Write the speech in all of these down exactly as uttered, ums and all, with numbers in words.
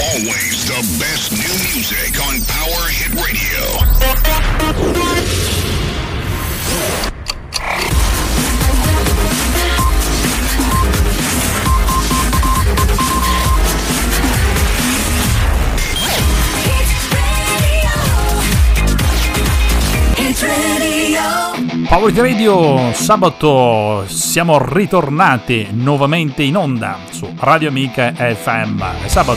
Always the best new music on Power Hit Radio. Power Hit Radio, sabato siamo ritornati nuovamente in onda su Radio Amica F M. È sabato.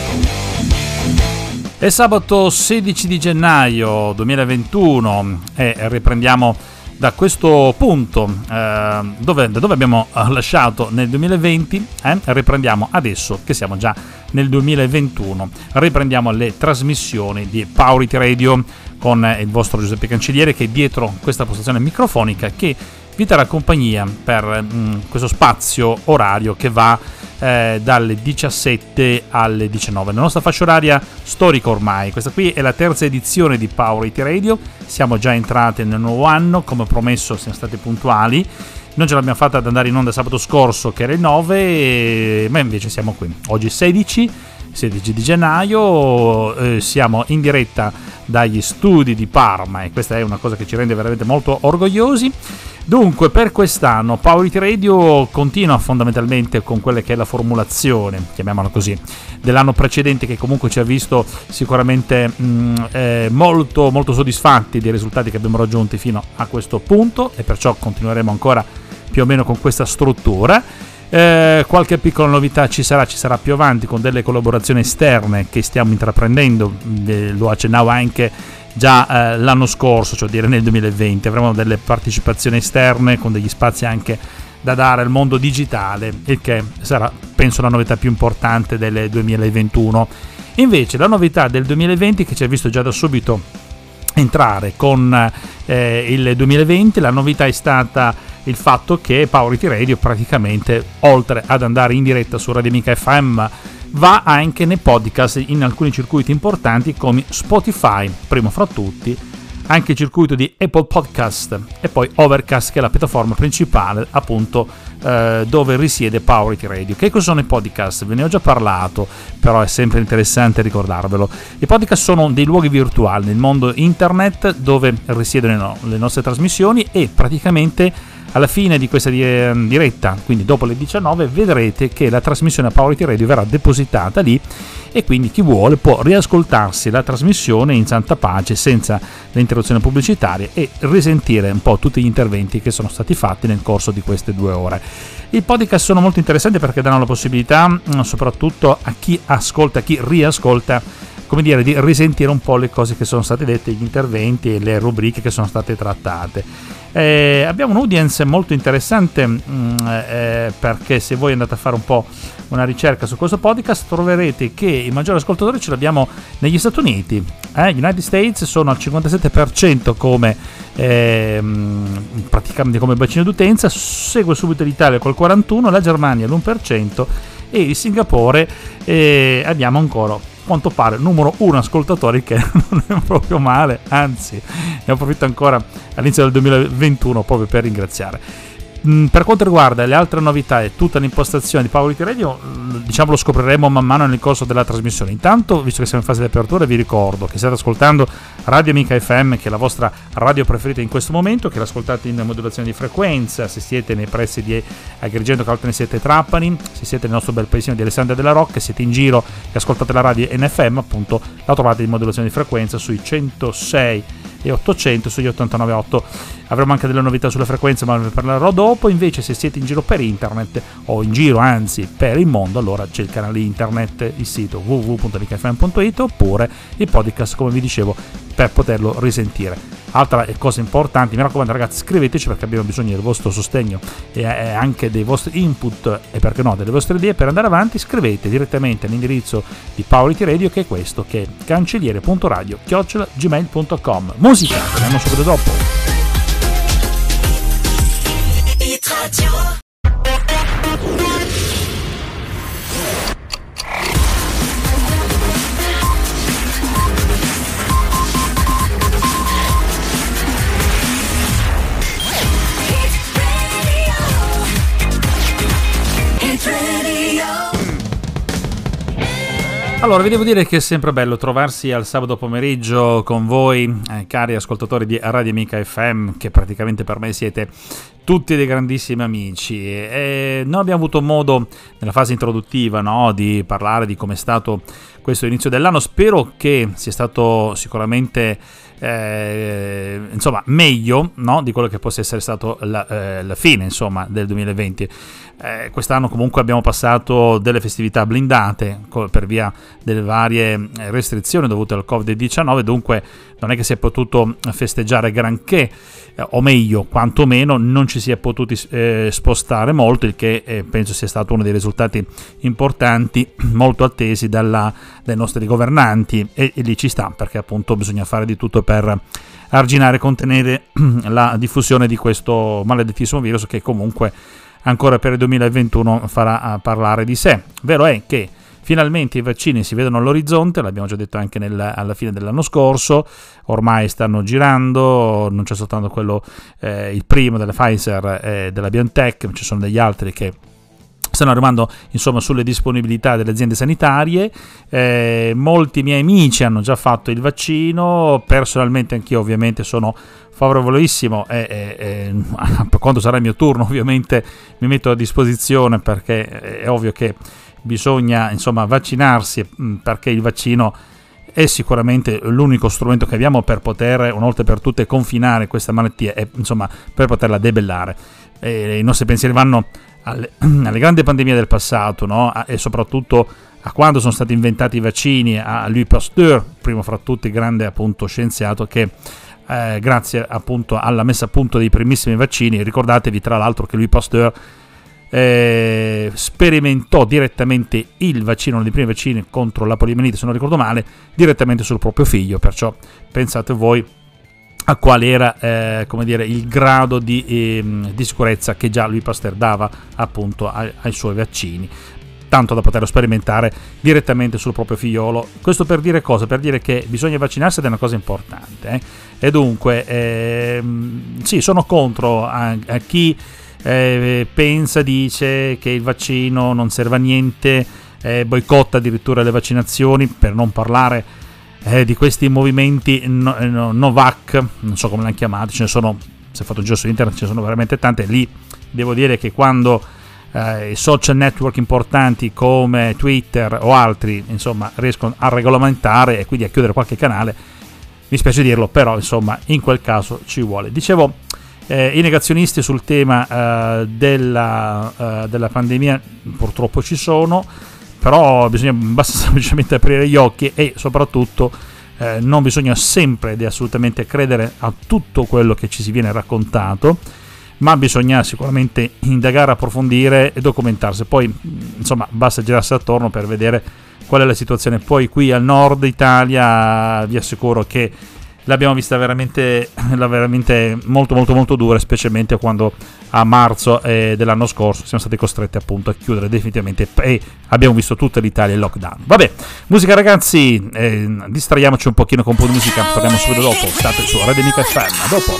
È sabato sedici di gennaio duemilaventuno e riprendiamo da questo punto eh, dove, da dove abbiamo lasciato nel duemilaventi, eh, riprendiamo adesso che siamo già nel duemilaventuno, riprendiamo le trasmissioni di Power Hit Radio con il vostro Giuseppe Cancelliere, che è dietro questa postazione microfonica che vi terrà compagnia per mh, questo spazio orario che va eh, dalle diciassette alle diciannove. La nostra fascia oraria storica ormai, questa qui è la terza edizione di Power Hit Radio, siamo già entrati nel nuovo anno, come promesso siamo stati puntuali, non ce l'abbiamo fatta ad andare in onda sabato scorso che era il nove, ma invece siamo qui, oggi sedici di gennaio, eh, siamo in diretta dagli studi di Parma e questa è una cosa che ci rende veramente molto orgogliosi. Dunque, per quest'anno Power Hit Radio continua fondamentalmente con quella che è la formulazione, chiamiamola così, dell'anno precedente, che comunque ci ha visto sicuramente mh, eh, molto, molto soddisfatti dei risultati che abbiamo raggiunti fino a questo punto, e perciò continueremo ancora più o meno con questa struttura. Eh, qualche piccola novità ci sarà, ci sarà più avanti con delle collaborazioni esterne che stiamo intraprendendo, eh, lo accennavo anche già eh, l'anno scorso, cioè dire nel duemilaventi, avremo delle partecipazioni esterne con degli spazi anche da dare al mondo digitale, il che sarà penso la novità più importante del duemilaventuno. Invece la novità del duemilaventi, che ci ha visto già da subito entrare con eh, il duemilaventi, la novità è stata il fatto che Power Hit Radio praticamente, oltre ad andare in diretta su Radio Amica F M, va anche nei podcast in alcuni circuiti importanti come Spotify, primo fra tutti, anche il circuito di Apple Podcast e poi Overcast, che è la piattaforma principale appunto eh, dove risiede Power Hit Radio. Che cosa sono i podcast? Ve ne ho già parlato, però è sempre interessante ricordarvelo. I podcast sono dei luoghi virtuali nel mondo internet dove risiedono le nostre trasmissioni, e praticamente alla fine di questa diretta, quindi dopo le diciannove, vedrete che la trasmissione a Power Hit Radio verrà depositata lì, e quindi chi vuole può riascoltarsi la trasmissione in santa pace senza le interruzioni pubblicitarie e risentire un po' tutti gli interventi che sono stati fatti nel corso di queste due ore. I podcast sono molto interessanti perché danno la possibilità soprattutto a chi ascolta, a chi riascolta, come dire, di risentire un po' le cose che sono state dette, gli interventi e le rubriche che sono state trattate. Eh, abbiamo un'audience molto interessante mh, eh, perché se voi andate a fare un po' una ricerca su questo podcast troverete che i maggiori ascoltatori ce l'abbiamo negli Stati Uniti. eh, United States sono al cinquantasette per cento come eh, praticamente come bacino d'utenza, segue subito l'Italia col quarantuno per cento, la Germania l'uno per cento e il Singapore eh, abbiamo ancora, quanto pare, numero uno ascoltatori, che non è proprio male, anzi ne approfitto ancora all'inizio del duemilaventuno proprio per ringraziare. Per quanto riguarda le altre novità e tutta l'impostazione di Power Hit Radio, diciamo lo scopriremo man mano nel corso della trasmissione. Intanto, visto che siamo in fase di apertura, vi ricordo che state ascoltando Radio Amica F M, che è la vostra radio preferita in questo momento, che l'ascoltate in modulazione di frequenza se siete nei pressi di Agrigento, Caltene siete Trapani, se siete nel nostro bel paesino di Alessandria della Rocca, siete in giro e ascoltate la radio N F M, appunto la trovate in modulazione di frequenza sui centosei e ottocento, sugli ottantanove virgola otto. Avremo anche delle novità sulle frequenze, ma ne parlerò dopo. Invece, se siete in giro per internet, o in giro anzi per il mondo, allora c'è il canale internet, il sito w w w punto amica f m punto i t, oppure il podcast, come vi dicevo, per poterlo risentire. Altra cosa importante, mi raccomando ragazzi, scriveteci perché abbiamo bisogno del vostro sostegno e anche dei vostri input e perché no delle vostre idee per andare avanti. Scrivete direttamente all'indirizzo di Power Hit Radio, che è questo, che è cancelliere punto radio chiocciola gmail punto com. Musica, torniamo subito dopo. Allora, vi devo dire che è sempre bello trovarsi al sabato pomeriggio con voi, eh, cari ascoltatori di Radio Amica F M, che praticamente per me siete tutti dei grandissimi amici. E noi abbiamo avuto modo nella fase introduttiva, no, di parlare di come è stato questo inizio dell'anno. Spero che sia stato sicuramente eh, insomma meglio, no, di quello che possa essere stato la, eh, la fine insomma del duemilaventi. Eh, quest'anno comunque abbiamo passato delle festività blindate per via delle varie restrizioni dovute al covid diciannove, dunque non è che si è potuto festeggiare granché, eh, o meglio, quantomeno non ci si è potuti eh, spostare molto, il che eh, penso sia stato uno dei risultati importanti, molto attesi dalla, dai nostri governanti, e, e lì ci sta, perché appunto bisogna fare di tutto per arginare e contenere la diffusione di questo maledettissimo virus, che comunque ancora per il duemilaventuno farà parlare di sé. Vero è che finalmente i vaccini si vedono all'orizzonte, l'abbiamo già detto anche nel, alla fine dell'anno scorso, ormai stanno girando, non c'è soltanto quello, eh, il primo della Pfizer e della BioNTech, ci sono degli altri che stanno arrivando insomma sulle disponibilità delle aziende sanitarie. Eh, molti miei amici hanno già fatto il vaccino, personalmente anch'io ovviamente sono favorevolissimo e, e, e quando sarà il mio turno ovviamente mi metto a disposizione, perché è ovvio che bisogna insomma vaccinarsi, perché il vaccino è sicuramente l'unico strumento che abbiamo per poter una volta per tutte confinare questa malattia e insomma per poterla debellare. E i nostri pensieri vanno alle, alle grandi pandemie del passato, no? E soprattutto a quando sono stati inventati i vaccini, a Louis Pasteur, primo fra tutti, grande appunto scienziato che Eh, grazie appunto alla messa a punto dei primissimi vaccini, ricordatevi tra l'altro che Louis Pasteur eh, sperimentò direttamente il vaccino, uno dei primi vaccini contro la poliomielite, se non ricordo male, direttamente sul proprio figlio, perciò pensate voi a quale era eh, come dire, il grado di, eh, di sicurezza che già Louis Pasteur dava appunto ai, ai suoi vaccini, tanto da poterlo sperimentare direttamente sul proprio figliolo. Questo per dire cosa? Per dire che bisogna vaccinarsi ed è una cosa importante, eh? E dunque ehm, sì, sono contro a, a chi eh, pensa, dice che il vaccino non serve a niente, eh, boicotta addirittura le vaccinazioni, per non parlare eh, di questi movimenti no, no, Novac, non so come l'hanno chiamato, ce ne sono, se fatto un giro su internet ce ne sono veramente tante. Lì devo dire che quando Eh, social network importanti come Twitter o altri insomma riescono a regolamentare e quindi a chiudere qualche canale, mi spiace dirlo, però insomma in quel caso ci vuole. Dicevo, eh, i negazionisti sul tema eh, della, eh, della pandemia purtroppo ci sono, però bisogna basta semplicemente aprire gli occhi e soprattutto eh, non bisogna sempre ed assolutamente credere a tutto quello che ci si viene raccontato, ma bisogna sicuramente indagare, approfondire e documentarsi. Poi insomma basta girarsi attorno per vedere qual è la situazione. Poi qui al nord Italia vi assicuro che l'abbiamo vista veramente, veramente molto molto molto dura, specialmente quando a marzo eh, dell'anno scorso siamo stati costretti appunto a chiudere definitivamente e abbiamo visto tutta l'Italia in lockdown. Vabbè, musica ragazzi, eh, distraiamoci un pochino con un po' di musica, torniamo subito dopo. State su Radio Amica F M, a dopo.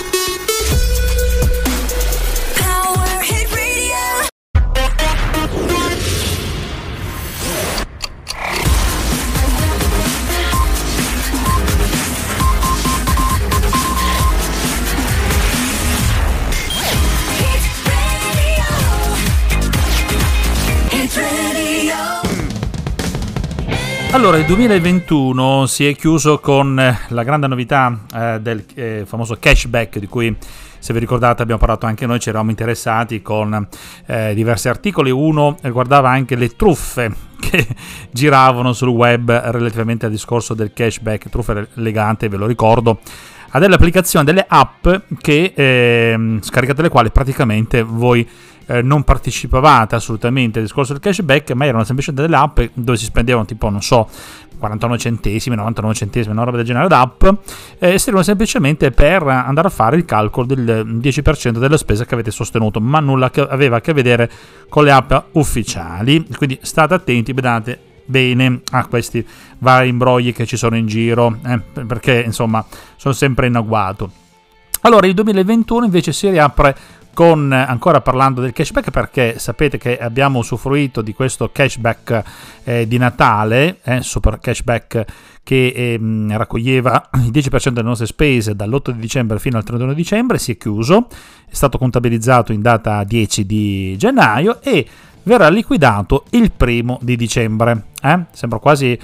Allora, il duemilaventuno si è chiuso con la grande novità eh, del eh, famoso cashback, di cui, se vi ricordate, abbiamo parlato anche noi, ci eravamo interessati con eh, diversi articoli. Uno riguardava anche le truffe che giravano sul web relativamente al discorso del cashback, truffe legate, ve lo ricordo, a delle applicazioni, delle app che eh, scaricate le quali praticamente voi Eh, non partecipavate assolutamente al discorso del cashback, ma erano semplicemente delle app dove si spendevano tipo, non so, quarantanove centesimi, novantanove centesimi, una roba del genere d'app, e eh, servivano semplicemente per andare a fare il calcolo del dieci per cento della spesa che avete sostenuto, ma nulla che aveva a che vedere con le app ufficiali. Quindi state attenti, vedete bene a questi vari imbrogli che ci sono in giro, eh, perché insomma sono sempre in agguato. Allora il duemilaventuno invece si riapre con ancora parlando del cashback, perché sapete che abbiamo usufruito di questo cashback eh, di Natale, eh, super cashback che eh, raccoglieva il dieci per cento delle nostre spese dall'otto di dicembre fino al trentuno di dicembre, si è chiuso, è stato contabilizzato in data dieci di gennaio e verrà liquidato il primo di dicembre. Eh? Sembra quasi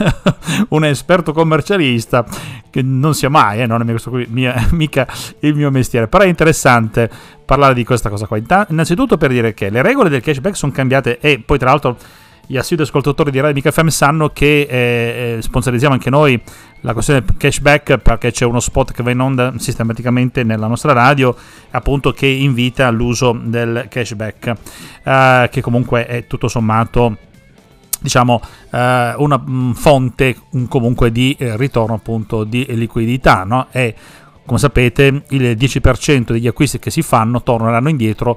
un esperto commercialista, che non sia mai, eh? non è questo qui, mia, mica il mio mestiere, però è interessante parlare di questa cosa qua. Innanzitutto per dire che le regole del cashback sono cambiate e poi tra l'altro gli assidui ascoltatori di Radio Amica F M sanno che eh, sponsorizziamo anche noi la questione del cashback, perché c'è uno spot che va in onda sistematicamente nella nostra radio, appunto, che invita all'uso del cashback, eh, che comunque è tutto sommato, diciamo, eh, una mh, fonte un, comunque di eh, ritorno, appunto, di liquidità, no? E come sapete il dieci per cento degli acquisti che si fanno torneranno indietro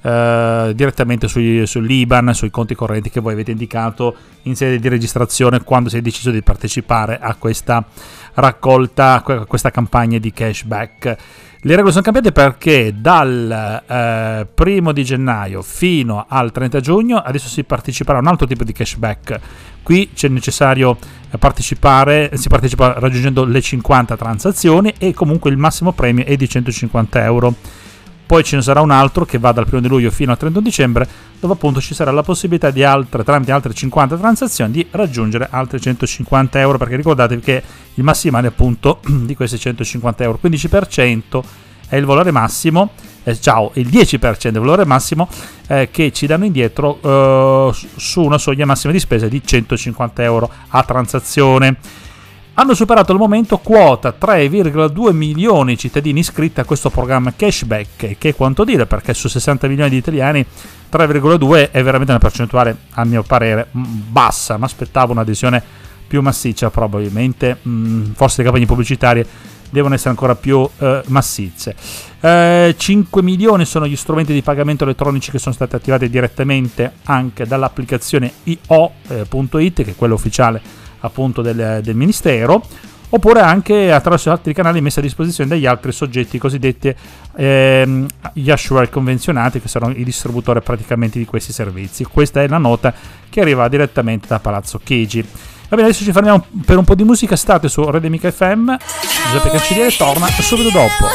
eh, direttamente sui, sull'I B A N, sui conti correnti che voi avete indicato in sede di registrazione quando si è deciso di partecipare a questa raccolta, a questa campagna di cashback. Le regole sono cambiate perché dal eh, primo di gennaio fino al trenta giugno adesso si parteciperà a un altro tipo di cashback. Qui c'è necessario partecipare, si partecipa raggiungendo le cinquanta transazioni e comunque il massimo premio è di centocinquanta euro. Poi ce ne sarà un altro che va dal primo di luglio fino al trentuno dicembre, dove appunto ci sarà la possibilità di altre, tramite altre cinquanta transazioni, di raggiungere altri centocinquanta euro, perché ricordatevi che il massimale appunto di questi centocinquanta euro, quindici per cento è il valore massimo, eh, ciao, il dieci per cento è il valore massimo eh, che ci danno indietro eh, su una soglia massima di spesa di centocinquanta euro a transazione. Hanno superato al momento quota tre virgola due milioni di cittadini iscritti a questo programma cashback, che è quanto dire, perché su sessanta milioni di italiani tre virgola due è veramente una percentuale, a mio parere, bassa. Mi aspettavo un'adesione più massiccia probabilmente, forse le campagne pubblicitarie devono essere ancora più eh, massicce. Eh, cinque milioni sono gli strumenti di pagamento elettronici che sono stati attivati direttamente anche dall'applicazione i o punto it, che è quella ufficiale appunto del, del Ministero, oppure anche attraverso altri canali messi a disposizione dagli altri soggetti cosiddetti ehm, gli issuer convenzionati, che saranno i distributori praticamente di questi servizi. Questa è la nota che arriva direttamente da Palazzo Chigi. Va bene, adesso ci fermiamo per un po' di musica. State su Radio Amica F M. Giuseppe Cancelliere torna subito dopo.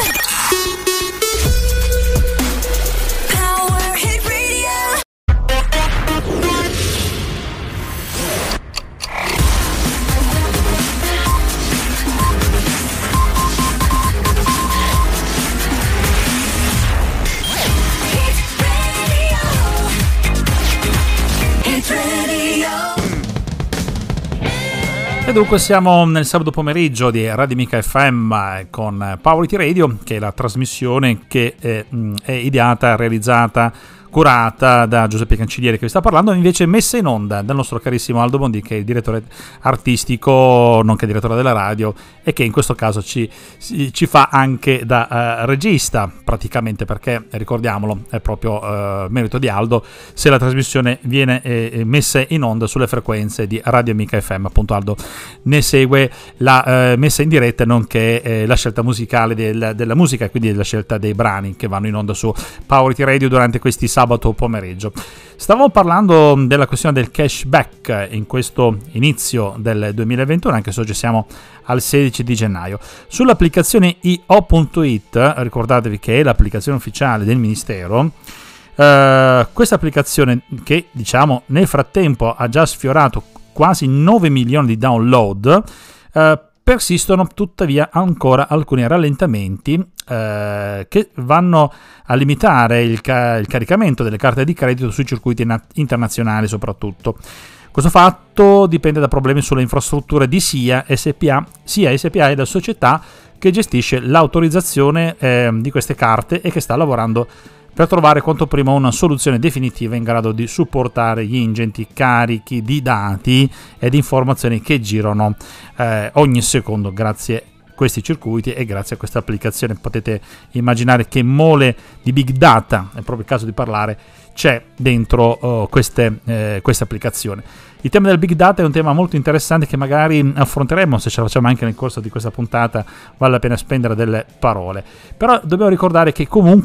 E dunque siamo nel sabato pomeriggio di Radio Amica F M con Power It Radio, che è la trasmissione che è, è ideata, realizzata, curata da Giuseppe Cancelliere, che vi sta parlando, invece messa in onda dal nostro carissimo Aldo Bondi, che è il direttore artistico, nonché direttore della radio, e che in questo caso ci, ci fa anche da uh, regista praticamente, perché ricordiamolo è proprio uh, merito di Aldo se la trasmissione viene eh, messa in onda sulle frequenze di Radio Amica F M. Appunto Aldo ne segue la uh, messa in diretta, nonché eh, la scelta musicale del, della musica, e quindi la scelta dei brani che vanno in onda su Power It Radio durante questi sabato pomeriggio. Stavamo parlando della questione del cashback in questo inizio del duemilaventuno, anche se oggi siamo al sedici di gennaio. Sull'applicazione i o punto it, ricordatevi che è l'applicazione ufficiale del Ministero, eh, questa applicazione, che diciamo nel frattempo ha già sfiorato quasi nove milioni di download, eh, persistono tuttavia ancora alcuni rallentamenti eh, che vanno a limitare il, ca- il caricamento delle carte di credito sui circuiti na- internazionali soprattutto. Questo fatto dipende da problemi sulle infrastrutture di SIA S P A. SIA S P A è la società che gestisce l'autorizzazione eh, di queste carte e che sta lavorando per trovare quanto prima una soluzione definitiva in grado di supportare gli ingenti carichi di dati e di informazioni che girano eh, ogni secondo grazie a questi circuiti e grazie a questa applicazione. Potete immaginare che mole di big data, è proprio il caso di parlare, c'è dentro uh, queste, eh, questa applicazione. Il tema del big data è un tema molto interessante che magari affronteremo, se ce la facciamo anche nel corso di questa puntata, vale la pena spendere delle parole. Però dobbiamo ricordare che comunque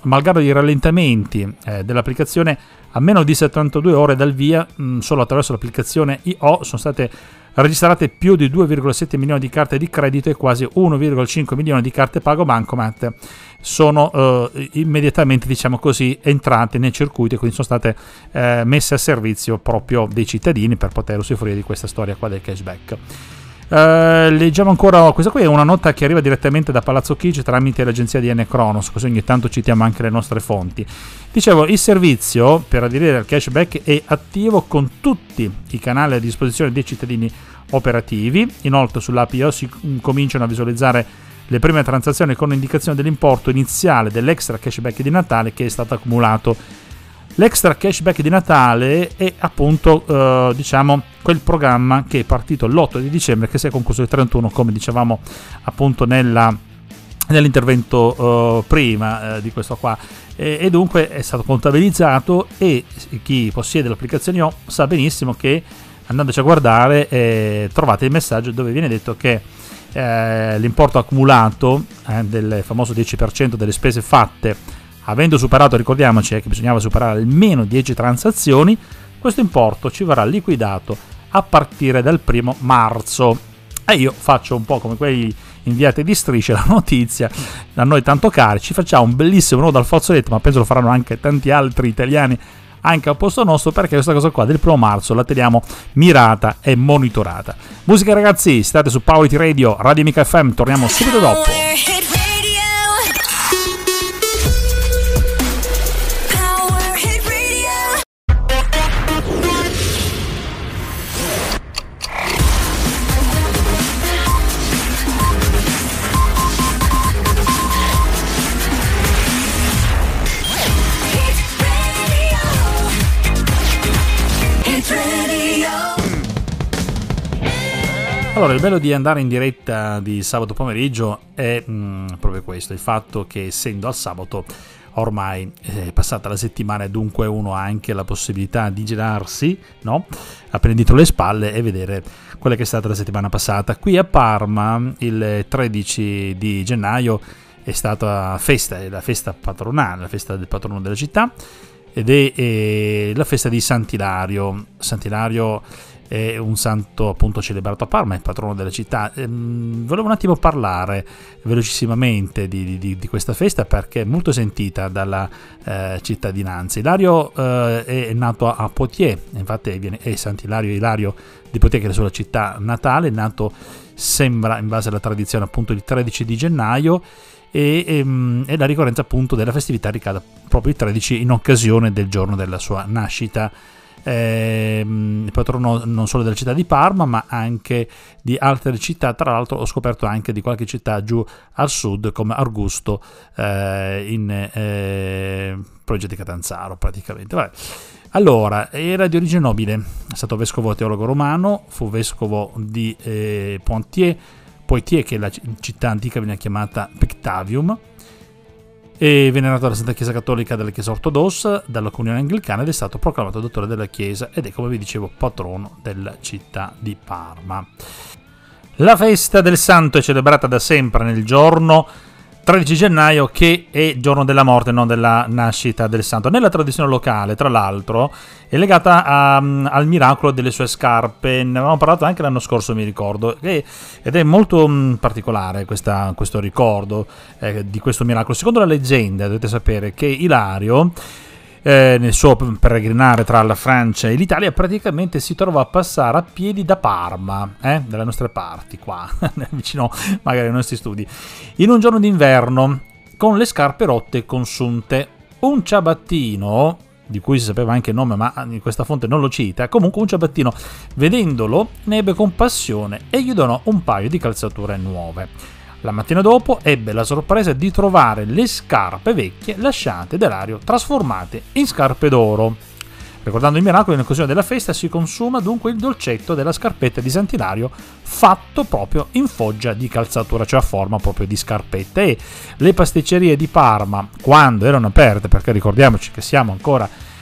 malgrado i rallentamenti eh, dell'applicazione, a meno di settantadue ore dal via, mh, solo attraverso l'applicazione I O sono state registrate più di due virgola sette milioni di carte di credito e quasi uno virgola cinque milioni di carte pago bancomat sono eh, immediatamente, diciamo così, entrate nei circuiti, quindi sono state eh, messe a servizio proprio dei cittadini per poter usufruire di questa storia qua del cashback. Uh, leggiamo ancora, questa qui è una nota che arriva direttamente da Palazzo Chigi tramite l'agenzia di N Cronos, così ogni tanto citiamo anche le nostre fonti. Dicevo, il servizio per aderire al cashback è attivo con tutti i canali a disposizione dei cittadini operativi. Inoltre sull'app I O si cominciano a visualizzare le prime transazioni con indicazione dell'importo iniziale dell'extra cashback di Natale che è stato accumulato. L'extra cashback di Natale è appunto eh, diciamo quel programma che è partito l'otto di dicembre, che si è concluso il trentuno, come dicevamo appunto nella, nell'intervento eh, prima eh, di questo qua, e, e dunque è stato contabilizzato, e chi possiede l'applicazione I O sa benissimo che andandoci a guardare eh, trovate il messaggio dove viene detto che eh, l'importo accumulato eh, del famoso dieci per cento delle spese fatte, avendo superato, ricordiamoci eh, che bisognava superare almeno dieci transazioni, questo importo ci verrà liquidato a partire dal primo marzo. E io faccio un po' come quelli inviati di Strisce la notizia, a noi tanto cari, ci facciamo un bellissimo nodo al fazzoletto, ma penso lo faranno anche tanti altri italiani anche al posto nostro, perché questa cosa qua del primo marzo la teniamo mirata e monitorata. Musica ragazzi, state su Power Hit Radio, Radio Amica F M, torniamo subito dopo. Allora, il bello di andare in diretta di sabato pomeriggio è mh, proprio questo, il fatto che essendo al sabato ormai è passata la settimana e dunque uno ha anche la possibilità di girarsi, no? Appena dietro le spalle e vedere quella che è stata la settimana passata. Qui a Parma il tredici di gennaio è stata festa, è la festa patronale, la festa del patrono della città, ed è, è la festa di Sant'Ilario. Sant'Ilario è un santo appunto celebrato a Parma, è il patrono della città. Ehm, volevo un attimo parlare velocissimamente di, di, di questa festa perché è molto sentita dalla eh, cittadinanza. Ilario eh, è nato a Poitiers, infatti viene, è Sant'Ilario Ilario di Poitiers, che è la sua città natale, è nato, sembra in base alla tradizione, appunto il tredici di gennaio, e, e, e la ricorrenza appunto della festività ricade proprio il tredici in occasione del giorno della sua nascita. Eh, il patrono non solo della città di Parma ma anche di altre città. Tra l'altro ho scoperto anche di qualche città giù al sud come Argusto eh, in eh, provincia di Catanzaro praticamente. Vabbè. Allora, era di origine nobile, è stato vescovo teologo romano, fu vescovo di eh, Poitiers, Poitiers che è la città antica viene chiamata Pictavium, è venerato dalla Santa Chiesa Cattolica, della Chiesa Ortodossa, dalla Comunione Anglicana ed è stato proclamato dottore della Chiesa ed è, come vi dicevo, patrono della città di Parma. La festa del santo è celebrata da sempre nel giorno tredici gennaio, che è giorno della morte, non della nascita del santo. Nella tradizione locale, tra l'altro, è legata a, al miracolo delle sue scarpe. Ne avevamo parlato anche l'anno scorso, mi ricordo, e, ed è molto mh, particolare questa, questo ricordo eh, di questo miracolo. Secondo la leggenda, dovete sapere che Ilario, Eh, nel suo peregrinare tra la Francia e l'Italia, praticamente si trova a passare a piedi da Parma, eh, dalle nostre parti qua, vicino magari ai nostri studi, in un giorno d'inverno con le scarpe rotte e consunte. Un ciabattino, di cui si sapeva anche il nome ma in questa fonte non lo cita, comunque un ciabattino, vedendolo ne ebbe compassione e gli donò un paio di calzature nuove. La mattina dopo ebbe la sorpresa di trovare le scarpe vecchie lasciate da Ilario trasformate in scarpe d'oro. Ricordando il miracolo, in occasione della festa si consuma dunque il dolcetto della scarpetta di Sant'Ilario, fatto proprio in foggia di calzatura, cioè a forma proprio di scarpetta. E le pasticcerie di Parma, quando erano aperte, perché ricordiamoci che siamo ancora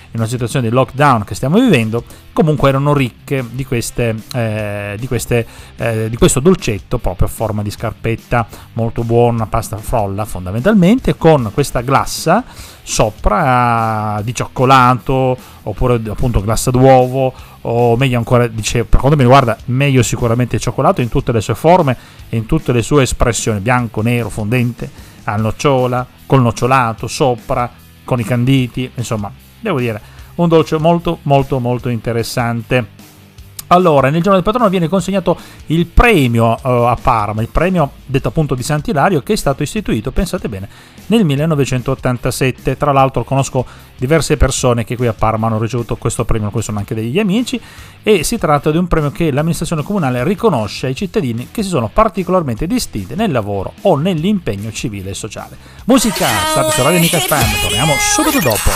in una situazione di lockdown che stiamo vivendo, comunque erano ricche di queste, eh, di, queste eh, di questo dolcetto proprio a forma di scarpetta, molto buona, pasta frolla fondamentalmente, con questa glassa sopra di cioccolato, oppure appunto glassa d'uovo, o meglio ancora, dice, per quanto mi riguarda, meglio sicuramente il cioccolato in tutte le sue forme e in tutte le sue espressioni, bianco, nero, fondente, al nocciola, col nocciolato sopra, con i canditi, insomma, devo dire, un dolce molto molto molto interessante. Allora, nel giorno del patrono viene consegnato il premio uh, a Parma, il premio detto appunto di Sant'Ilario, che è stato istituito, pensate bene, nel millenovecentottantasette. Tra l'altro conosco diverse persone che qui a Parma hanno ricevuto questo premio, questo sono anche degli amici, e si tratta di un premio che l'amministrazione comunale riconosce ai cittadini che si sono particolarmente distinti nel lavoro o nell'impegno civile e sociale. Musica, state su Radio Amica F M, torniamo subito dopo.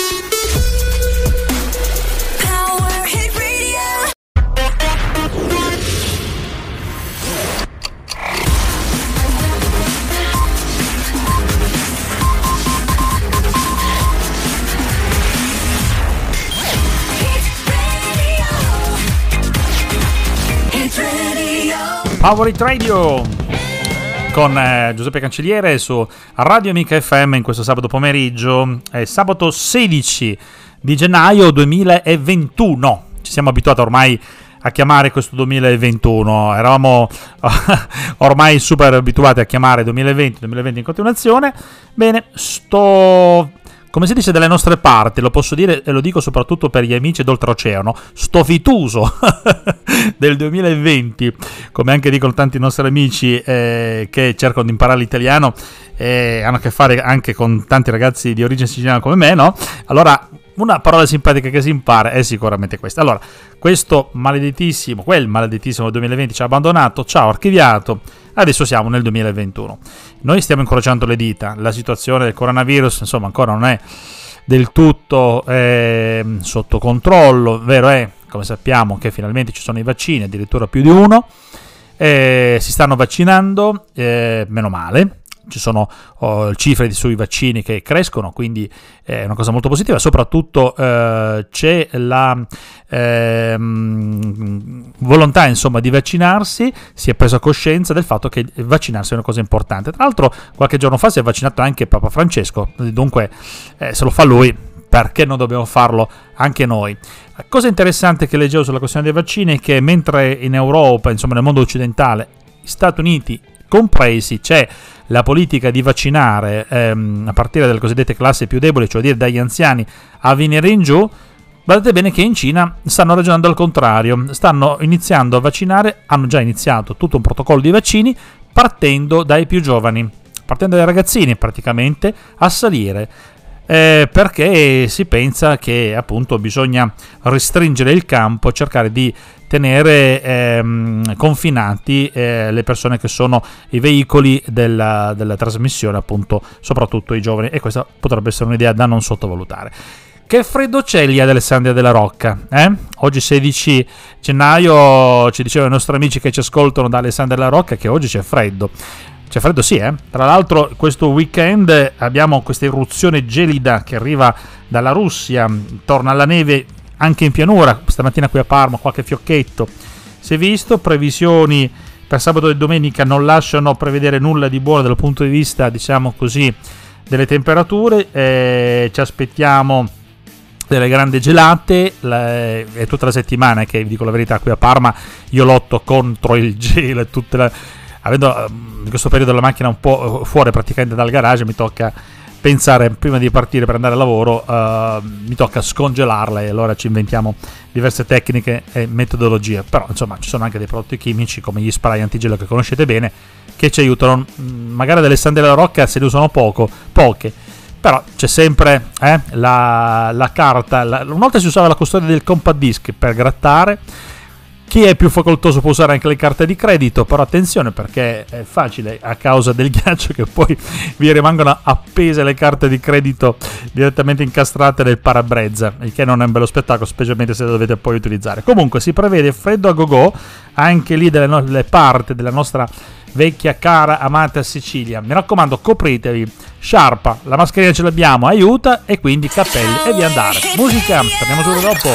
Power It Radio con eh, Giuseppe Cancelliere su Radio Amica F M in questo sabato pomeriggio, è sabato sedici di gennaio duemilaventuno. Ci siamo abituati ormai a chiamare questo duemilaventuno, eravamo ormai super abituati a chiamare duemilaventi duemilaventi in continuazione. Bene, sto, come si dice dalle nostre parti, lo posso dire e lo dico soprattutto per gli amici d'oltreoceano, sto fituso del duemilaventi, come anche dicono tanti nostri amici eh, che cercano di imparare l'italiano e hanno a che fare anche con tanti ragazzi di origine siciliana come me, no? Allora, una parola simpatica che si impara è sicuramente questa. Allora, questo maledettissimo, quel maledettissimo duemilaventi ci ha abbandonato, ci ha archiviato, adesso siamo nel duemilaventuno. Noi stiamo incrociando le dita, la situazione del coronavirus, insomma, ancora non è del tutto eh, sotto controllo, vero è, come sappiamo, che finalmente ci sono i vaccini, addirittura più di uno, eh, si stanno vaccinando, eh, meno male. Ci sono oh, cifre sui vaccini che crescono, quindi è una cosa molto positiva. Soprattutto eh, c'è la eh, volontà, insomma, di vaccinarsi. Si è presa coscienza del fatto che vaccinarsi è una cosa importante. Tra l'altro qualche giorno fa si è vaccinato anche Papa Francesco, dunque eh, se lo fa lui, perché non dobbiamo farlo anche noi? La cosa interessante che leggevo sulla questione dei vaccini è che mentre in Europa, insomma nel mondo occidentale, Stati Uniti compresi, c'è la politica di vaccinare ehm, a partire dalle cosiddette classi più deboli, cioè dire dagli anziani a venire in giù, guardate bene che in Cina stanno ragionando al contrario, stanno iniziando a vaccinare, hanno già iniziato tutto un protocollo di vaccini partendo dai più giovani, partendo dai ragazzini praticamente, a salire. Eh, perché si pensa che appunto bisogna restringere il campo, cercare di tenere ehm, confinati eh, le persone che sono i veicoli della, della trasmissione, appunto soprattutto i giovani, e questa potrebbe essere un'idea da non sottovalutare. Che freddo c'è lì ad Alessandria della Rocca? Eh? Oggi sedici gennaio ci dicevano i nostri amici che ci ascoltano da Alessandria della Rocca che oggi c'è freddo. C'è freddo, sì, eh? Tra l'altro questo weekend abbiamo questa eruzione gelida che arriva dalla Russia, torna alla neve anche in pianura, stamattina qui a Parma qualche fiocchetto si è visto, previsioni per sabato e domenica non lasciano prevedere nulla di buono dal punto di vista, diciamo così, delle temperature, eh, ci aspettiamo delle grandi gelate, la, è tutta la settimana che, vi dico la verità, qui a Parma io lotto contro il gelo e tutte le... Avendo in questo periodo la macchina un po' fuori praticamente dal garage, mi tocca pensare, prima di partire per andare al lavoro, uh, mi tocca scongelarla, e allora ci inventiamo diverse tecniche e metodologie. Però insomma ci sono anche dei prodotti chimici come gli spray antigelo che conoscete bene, che ci aiutano. Magari ad Alessandria della Rocca se ne usano poco, poche, però c'è sempre eh, la, la carta. La, una volta si usava la custodia del compact disc per grattare. Chi è più facoltoso può usare anche le carte di credito, però attenzione perché è facile a causa del ghiaccio che poi vi rimangono appese le carte di credito direttamente incastrate nel parabrezza, il che non è un bello spettacolo, specialmente se le dovete poi utilizzare. Comunque si prevede freddo a go-go anche lì delle, no- delle parti della nostra vecchia cara amata Sicilia. Mi raccomando, copritevi, sciarpa, la mascherina ce l'abbiamo, aiuta, e quindi cappelli e via andare. Musica, torniamo subito dopo.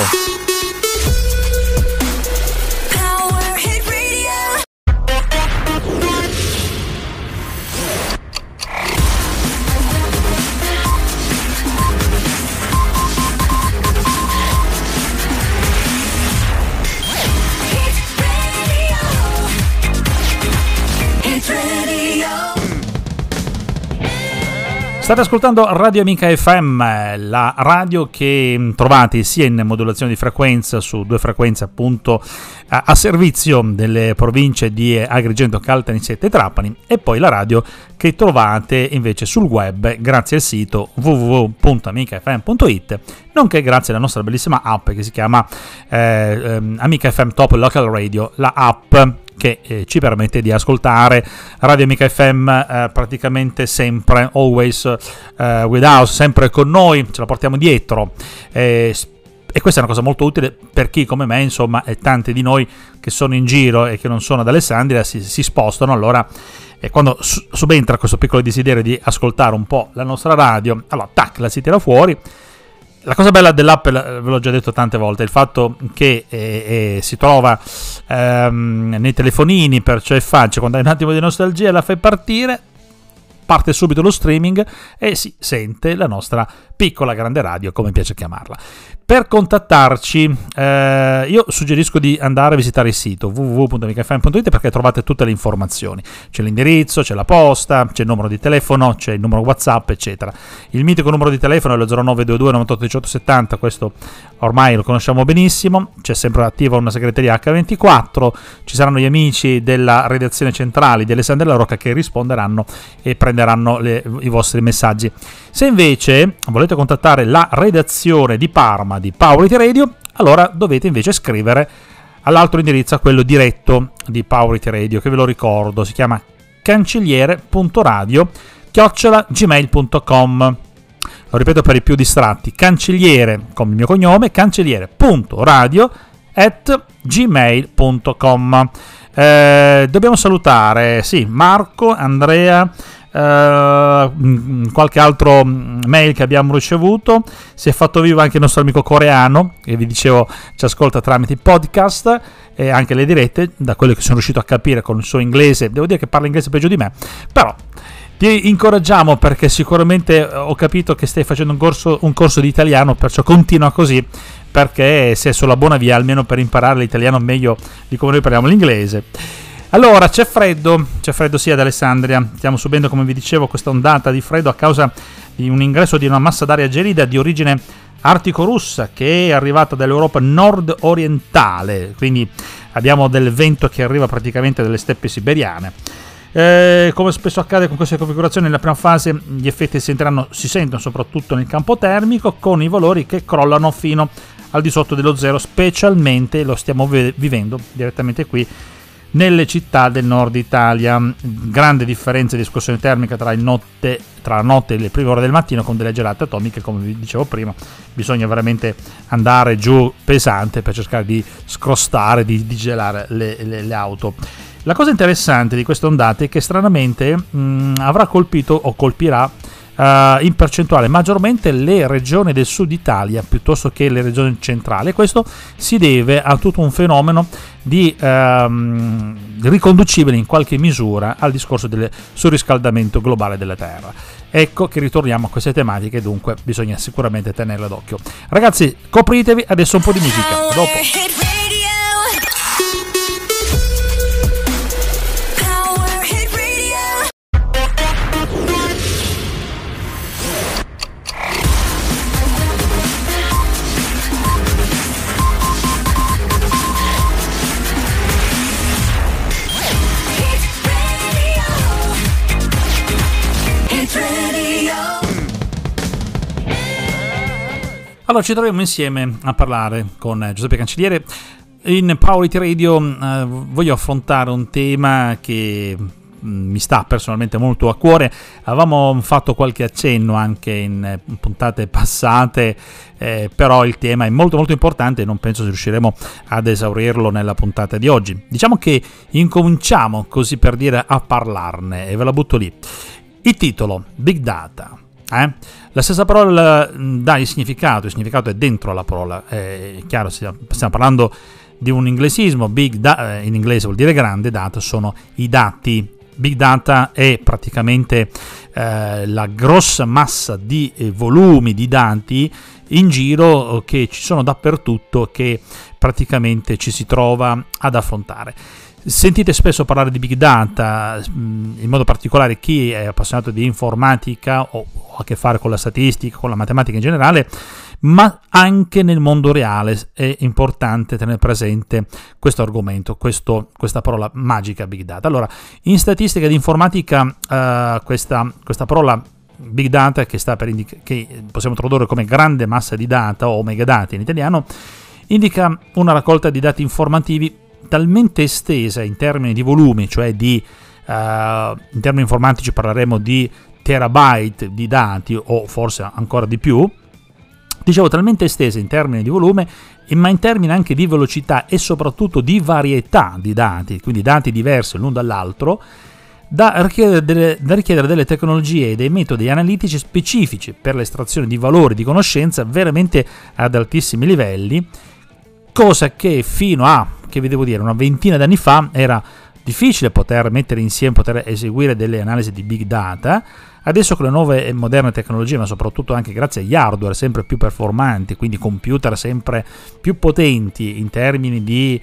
State ascoltando Radio Amica F M, la radio che trovate sia in modulazione di frequenza su due frequenze appunto a, a servizio delle province di Agrigento, Caltanissetta e Trapani, e poi la radio che trovate invece sul web grazie al sito w w w punto amica f m punto i t, nonché grazie alla nostra bellissima app che si chiama eh, eh, Amica F M Top Local Radio, la app che eh, ci permette di ascoltare Radio Amica F M eh, praticamente sempre, always uh, with us, sempre con noi, ce la portiamo dietro, eh, e questa è una cosa molto utile per chi come me, insomma, e tanti di noi che sono in giro e che non sono ad Alessandria si, si spostano, allora e quando su- subentra questo piccolo desiderio di ascoltare un po' la nostra radio, allora tac, la si tira fuori. La cosa bella dell'app, ve l'ho già detto tante volte, è il fatto che eh, eh, si trova ehm, nei telefonini, perciò è facile, quando hai un attimo di nostalgia la fai partire, parte subito lo streaming e si sente la nostra piccola grande radio, come piace chiamarla. Per contattarci eh, io suggerisco di andare a visitare il sito w w w punto amica f m punto i t perché trovate tutte le informazioni, c'è l'indirizzo, c'è la posta, c'è il numero di telefono, c'è il numero WhatsApp, eccetera. Il mitico numero di telefono è lo zero nove due due nove otto uno otto sette zero, questo ormai lo conosciamo benissimo, c'è sempre attiva una segreteria acca ventiquattro, ci saranno gli amici della redazione centrale di Alessandria La Rocca che risponderanno e prenderanno le, i vostri messaggi. Se invece volete contattare la redazione di Parma di Power Radio, allora dovete invece scrivere all'altro indirizzo, a quello diretto di Power Radio, che ve lo ricordo, si chiama cancelliere punto radio chiocciola gmail punto com. Lo ripeto per i più distratti: cancelliere con il mio cognome, cancelliere punto radio at gmail punto com. Eh, dobbiamo salutare, sì, Marco, Andrea, Uh, qualche altro mail che abbiamo ricevuto. Si è fatto vivo anche il nostro amico coreano, che vi dicevo ci ascolta tramite i podcast e anche le dirette, da quello che sono riuscito a capire con il suo inglese. Devo dire che parla inglese peggio di me, però ti incoraggiamo perché sicuramente ho capito che stai facendo un corso, un corso di italiano, perciò continua così, perché sei sulla buona via almeno per imparare l'italiano meglio di come noi parliamo l'inglese. Allora, c'è freddo, c'è freddo sia ad Alessandria, stiamo subendo, come vi dicevo, questa ondata di freddo a causa di un ingresso di una massa d'aria gelida di origine artico-russa che è arrivata dall'Europa nord-orientale, quindi abbiamo del vento che arriva praticamente dalle steppe siberiane. Eh, come spesso accade con queste configurazioni, nella prima fase gli effetti si sentiranno, si sentono soprattutto nel campo termico, con i valori che crollano fino al di sotto dello zero, specialmente lo stiamo ve- vivendo direttamente qui nelle città del nord Italia. Grande differenza di escursione termica tra, il notte, tra la notte e le prime ore del mattino, con delle gelate atomiche, come vi dicevo prima. Bisogna veramente andare giù pesante per cercare di scrostare, di, di gelare le, le, le auto. La cosa interessante di queste ondate è che stranamente mh, avrà colpito o colpirà Uh, in percentuale maggiormente le regioni del sud Italia piuttosto che le regioni centrali, e questo si deve a tutto un fenomeno di uh, riconducibile in qualche misura al discorso del surriscaldamento globale della Terra. Ecco che ritorniamo a queste tematiche, dunque bisogna sicuramente tenerle d'occhio. Ragazzi, copritevi, adesso un po' di musica, dopo. Allora, ci troviamo insieme a parlare con Giuseppe Cancelliere. In Power Radio eh, voglio affrontare un tema che mi sta personalmente molto a cuore. Avevamo fatto qualche accenno anche in puntate passate, eh, però il tema è molto molto importante e non penso se riusciremo ad esaurirlo nella puntata di oggi. Diciamo che incominciamo, così per dire, a parlarne, e ve la butto lì. Il titolo, Big Data. Eh? La stessa parola dà il significato, il significato è dentro la parola, è chiaro, stiamo parlando di un inglesismo. Big da- in inglese vuol dire grande, data sono i dati. Big data è praticamente eh, la grossa massa di eh, volumi di dati in giro che ci sono dappertutto, che praticamente ci si trova ad affrontare. Sentite spesso parlare di big data, in modo particolare chi è appassionato di informatica o ha a che fare con la statistica, con la matematica in generale, ma anche nel mondo reale è importante tenere presente questo argomento, questo, questa parola magica big data. Allora, in statistica ed informatica uh, questa, questa parola big data, che, sta per indica- che possiamo tradurre come grande massa di data o megadati in italiano, indica una raccolta di dati informativi talmente estesa in termini di volumi, cioè di uh, in termini informatici parleremo di terabyte di dati o forse ancora di più, dicevo talmente estesa in termini di volume, ma in termini anche di velocità e soprattutto di varietà di dati, quindi dati diversi l'un dall'altro, da richiedere delle, da richiedere delle tecnologie e dei metodi analitici specifici per l'estrazione di valori di conoscenza veramente ad altissimi livelli, cosa che fino a, che vi devo dire, una ventina d'anni fa era difficile poter mettere insieme, poter eseguire delle analisi di big data. Adesso con le nuove e moderne tecnologie, ma soprattutto anche grazie agli hardware sempre più performanti, quindi computer sempre più potenti in termini di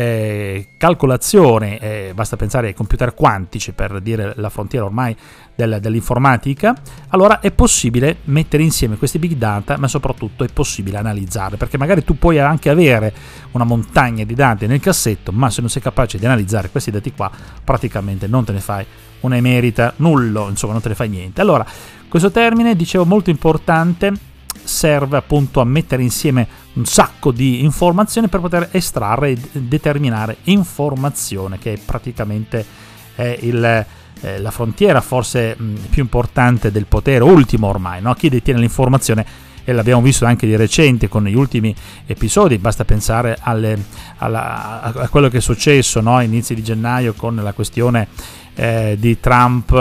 eh, calcolazione, eh, basta pensare ai computer quantici per dire la frontiera ormai del, dell'informatica, allora è possibile mettere insieme questi big data, ma soprattutto è possibile analizzare, perché magari tu puoi anche avere una montagna di dati nel cassetto, ma se non sei capace di analizzare questi dati qua, praticamente non te ne fai una emerita, nullo, insomma non te ne fai niente. Allora, questo termine, dicevo, molto importante, serve appunto a mettere insieme un sacco di informazioni per poter estrarre e determinare informazione, che è praticamente è il, eh, la frontiera forse mh, più importante del potere ultimo ormai, no? Chi detiene l'informazione, e l'abbiamo visto anche di recente con gli ultimi episodi, basta pensare alle, alla, a quello che è successo, no? A inizi di gennaio con la questione Eh, di Trump,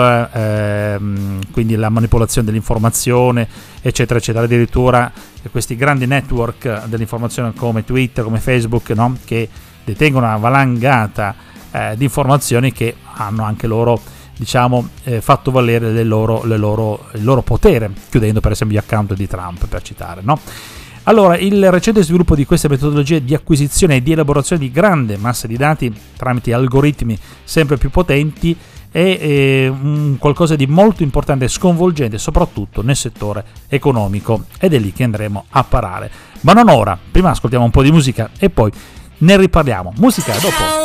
ehm, quindi la manipolazione dell'informazione, eccetera eccetera. Addirittura questi grandi network dell'informazione come Twitter, come Facebook, no? Che detengono una valangata eh, di informazioni, che hanno anche loro, diciamo, eh, fatto valere le loro, le loro, il loro potere, chiudendo per esempio gli account di Trump, per citare, no? Allora, il recente sviluppo di queste metodologie di acquisizione e di elaborazione di grande massa di dati tramite algoritmi sempre più potenti è eh, un qualcosa di molto importante e sconvolgente, soprattutto nel settore economico, ed è lì che andremo a parare. Ma non ora, prima ascoltiamo un po' di musica e poi ne riparliamo. Musica dopo.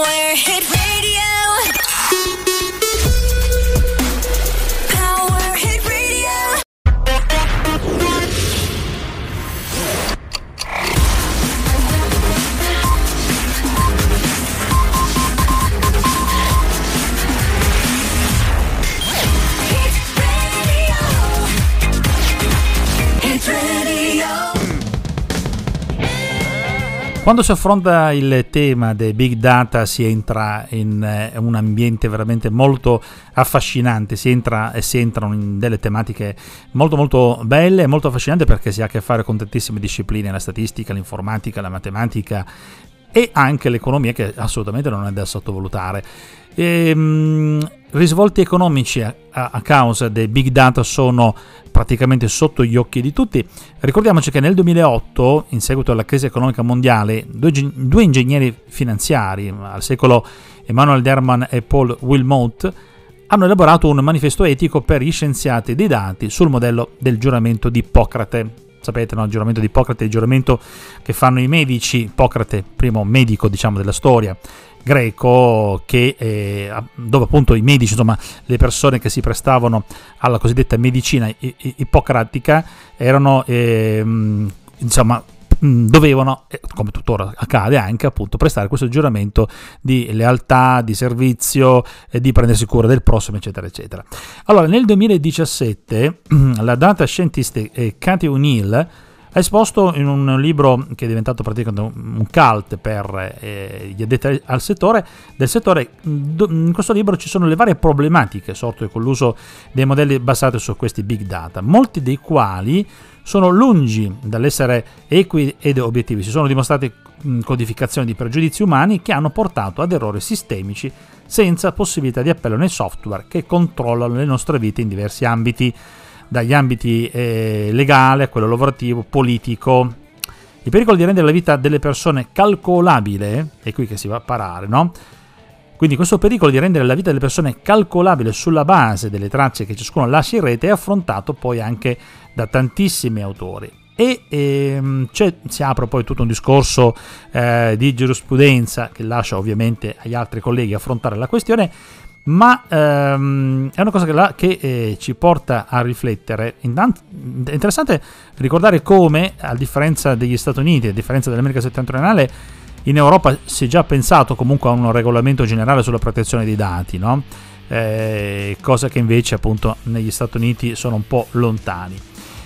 Quando si affronta il tema dei big data si entra in eh, un ambiente veramente molto affascinante, si entra e si entrano in delle tematiche molto molto belle e molto affascinanti, perché si ha a che fare con tantissime discipline, la statistica, l'informatica, la matematica e anche l'economia, che assolutamente non è da sottovalutare. E, mh, risvolti economici a, a causa dei big data sono praticamente sotto gli occhi di tutti. Ricordiamoci che nel duemilaotto, in seguito alla crisi economica mondiale, due, due ingegneri finanziari al secolo, Emmanuel Derman e Paul Wilmot, hanno elaborato un manifesto etico per gli scienziati dei dati sul modello del giuramento di Ippocrate. Sapete, no? Il giuramento di Ippocrate è il giuramento che fanno i medici. Ippocrate, primo medico, diciamo, della storia greco, che eh, dove appunto i medici, insomma le persone che si prestavano alla cosiddetta medicina ippocratica, erano eh, insomma dovevano, come tuttora accade anche, appunto prestare questo giuramento di lealtà, di servizio, e di prendersi cura del prossimo, eccetera eccetera. Allora, nel duemiladiciassette la data scientist Katie O'Neill Ha esposto in un libro che è diventato praticamente un cult per eh, gli addetti al settore, del settore. In questo libro ci sono le varie problematiche sorte con l'uso dei modelli basati su questi big data, molti dei quali sono lungi dall'essere equi ed obiettivi. Si sono dimostrate codificazioni di pregiudizi umani che hanno portato ad errori sistemici senza possibilità di appello nei software che controllano le nostre vite in diversi ambiti, dagli ambiti eh, legale a quello lavorativo, politico. Il pericolo di rendere la vita delle persone calcolabile, è qui che si va a parare, no? Quindi questo pericolo di rendere la vita delle persone calcolabile sulla base delle tracce che ciascuno lascia in rete è affrontato poi anche da tantissimi autori. E ehm, c'è, si apre poi tutto un discorso eh, di giurisprudenza che lascia ovviamente agli altri colleghi affrontare la questione, ma ehm, è una cosa che, la, che eh, ci porta a riflettere. Intanto, è interessante ricordare come, a differenza degli Stati Uniti, a differenza dell'America settentrionale, in Europa si è già pensato comunque a un regolamento generale sulla protezione dei dati, no? Eh, cosa che invece appunto negli Stati Uniti sono un po' lontani.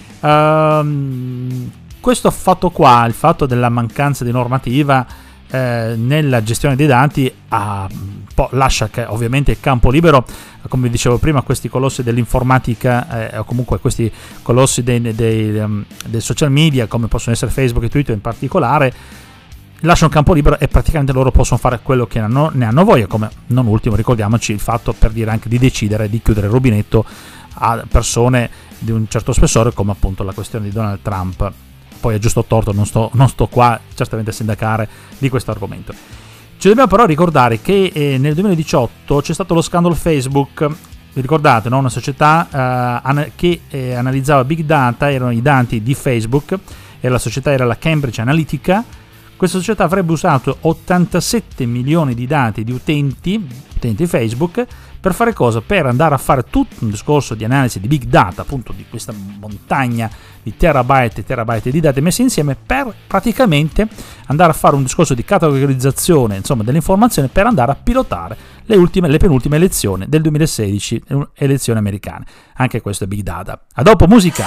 Uh, questo fatto qua, il fatto della mancanza di normativa eh, nella gestione dei dati ha, po- lascia che ovviamente il campo libero, come dicevo prima, questi colossi dell'informatica eh, o comunque questi colossi dei, dei, um, dei social media, come possono essere Facebook e Twitter in particolare, lasciano campo libero e praticamente loro possono fare quello che hanno, ne hanno voglia, come non ultimo ricordiamoci il fatto, per dire, anche di decidere di chiudere il rubinetto a persone di un certo spessore, come appunto la questione di Donald Trump. Poi è giusto o torto, non sto, non sto qua certamente a sindacare di questo argomento. Ci dobbiamo però ricordare che eh, nel duemiladiciotto c'è stato lo scandalo Facebook. Vi ricordate, no? Una società eh, an- che eh, analizzava big data, erano i dati di Facebook, e la società era la Cambridge Analytica. Questa società avrebbe usato ottantasette milioni di dati di utenti, utenti Facebook, per fare cosa? Per andare a fare tutto un discorso di analisi di big data, appunto di questa montagna di terabyte e terabyte di dati messi insieme, per praticamente andare a fare un discorso di categorizzazione, insomma, dell'informazione, per andare a pilotare le ultime, le penultime elezioni del duemilasedici, elezioni americane. Anche questo è big data. A dopo, musica.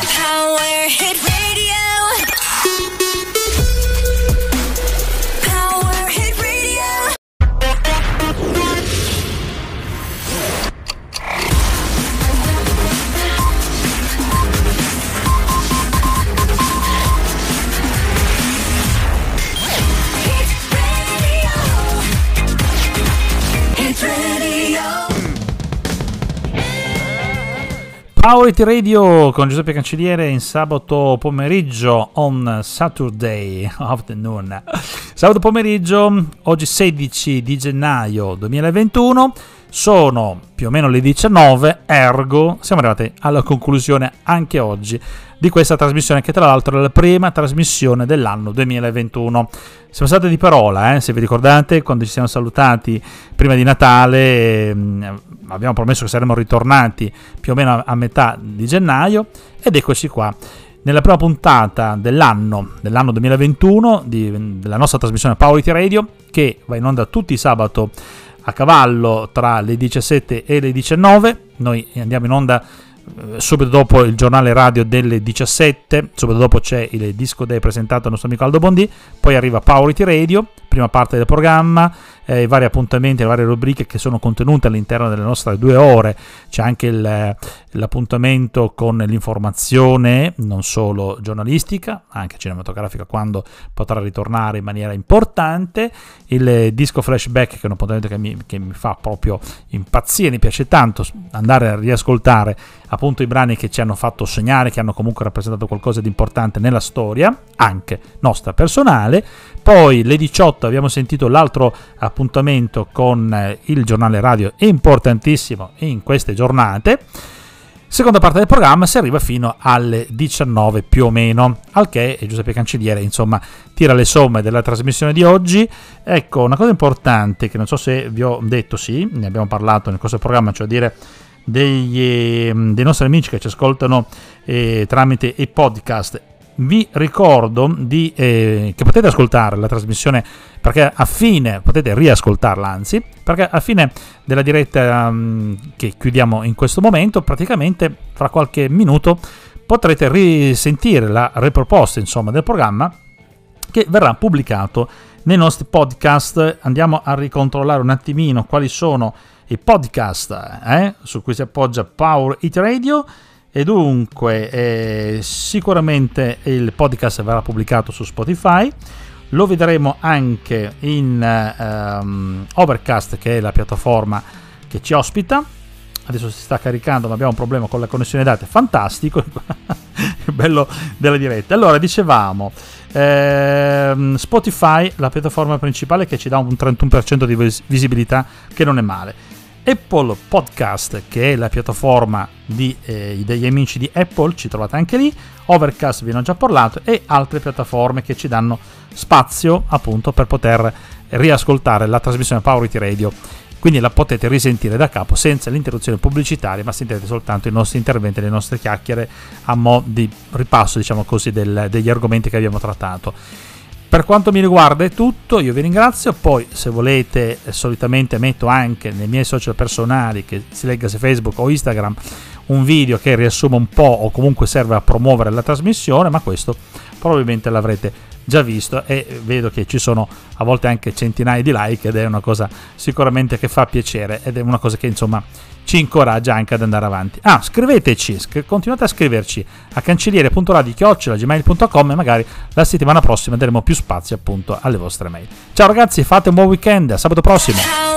Power It Radio con Giuseppe Cancelliere in sabato pomeriggio, on Saturday afternoon. Sabato pomeriggio, oggi sedici di gennaio duemilaventuno, sono più o meno le diciannove, ergo siamo arrivati alla conclusione anche oggi di questa trasmissione, che tra l'altro è la prima trasmissione dell'anno duemilaventuno. Siamo stati di parola, eh? Se vi ricordate, quando ci siamo salutati prima di Natale, ehm, abbiamo promesso che saremmo ritornati più o meno a, a metà di gennaio, ed eccoci qua nella prima puntata dell'anno, dell'anno duemilaventuno, di, della nostra trasmissione Power It Radio, che va in onda tutti i sabato a cavallo tra le diciassette e le diciannove. Noi andiamo in onda subito dopo il giornale radio delle diciassette, subito dopo c'è il Disco Day presentato dal nostro amico Aldo Bondi, poi arriva Power It Radio, prima parte del programma, eh, i vari appuntamenti, le varie rubriche che sono contenute all'interno delle nostre due ore. C'è anche il, l'appuntamento con l'informazione non solo giornalistica, anche cinematografica, quando potrà ritornare in maniera importante, il disco flashback, che è un appuntamento che mi, che mi fa proprio impazzire, mi piace tanto andare a riascoltare appunto i brani che ci hanno fatto sognare, che hanno comunque rappresentato qualcosa di importante nella storia, anche nostra personale. Poi alle diciotto abbiamo sentito l'altro appuntamento con il giornale radio, importantissimo in queste giornate. Seconda parte del programma si arriva fino alle diciannove più o meno, al che Giuseppe Cancelliere insomma tira le somme della trasmissione di oggi. Ecco, una cosa importante che non so se vi ho detto, sì, ne abbiamo parlato nel corso del programma, cioè dire dei, dei nostri amici che ci ascoltano eh, tramite i podcast. Vi ricordo di, eh, che potete ascoltare la trasmissione, perché a fine, potete riascoltarla anzi, perché a fine della diretta um, che chiudiamo in questo momento, praticamente fra qualche minuto potrete risentire la riproposta insomma del programma, che verrà pubblicato nei nostri podcast. Andiamo a ricontrollare un attimino quali sono i podcast eh, su cui si appoggia Power Hit Radio, e dunque eh, sicuramente il podcast verrà pubblicato su Spotify, lo vedremo anche in um, Overcast, che è la piattaforma che ci ospita. Adesso si sta caricando, ma abbiamo un problema con la connessione dati, fantastico. Il bello della diretta. Allora, dicevamo ehm, Spotify, la piattaforma principale, che ci dà un trentuno per cento di vis- visibilità, che non è male. Apple Podcast, che è la piattaforma di, eh, degli amici di Apple, ci trovate anche lì. Overcast, vi ne ho già parlato, e altre piattaforme che ci danno spazio appunto per poter riascoltare la trasmissione Power Hit Radio. Quindi la potete risentire da capo senza l'interruzione pubblicitaria, ma sentirete soltanto i nostri interventi, le nostre chiacchiere a mo' di ripasso, diciamo così, del, degli argomenti che abbiamo trattato. Per quanto mi riguarda è tutto, io vi ringrazio. Poi, se volete, solitamente metto anche nei miei social personali, che si legga se Facebook o Instagram, un video che riassume un po' o comunque serve a promuovere la trasmissione, ma questo probabilmente l'avrete già visto, e vedo che ci sono a volte anche centinaia di like, ed è una cosa sicuramente che fa piacere, ed è una cosa che insomma ci incoraggia anche ad andare avanti. Ah, scriveteci, sc- continuate a scriverci a cancelliere punto radio chiocciola gmail punto com, e magari la settimana prossima daremo più spazio appunto alle vostre mail. Ciao ragazzi, fate un buon weekend, a sabato prossimo.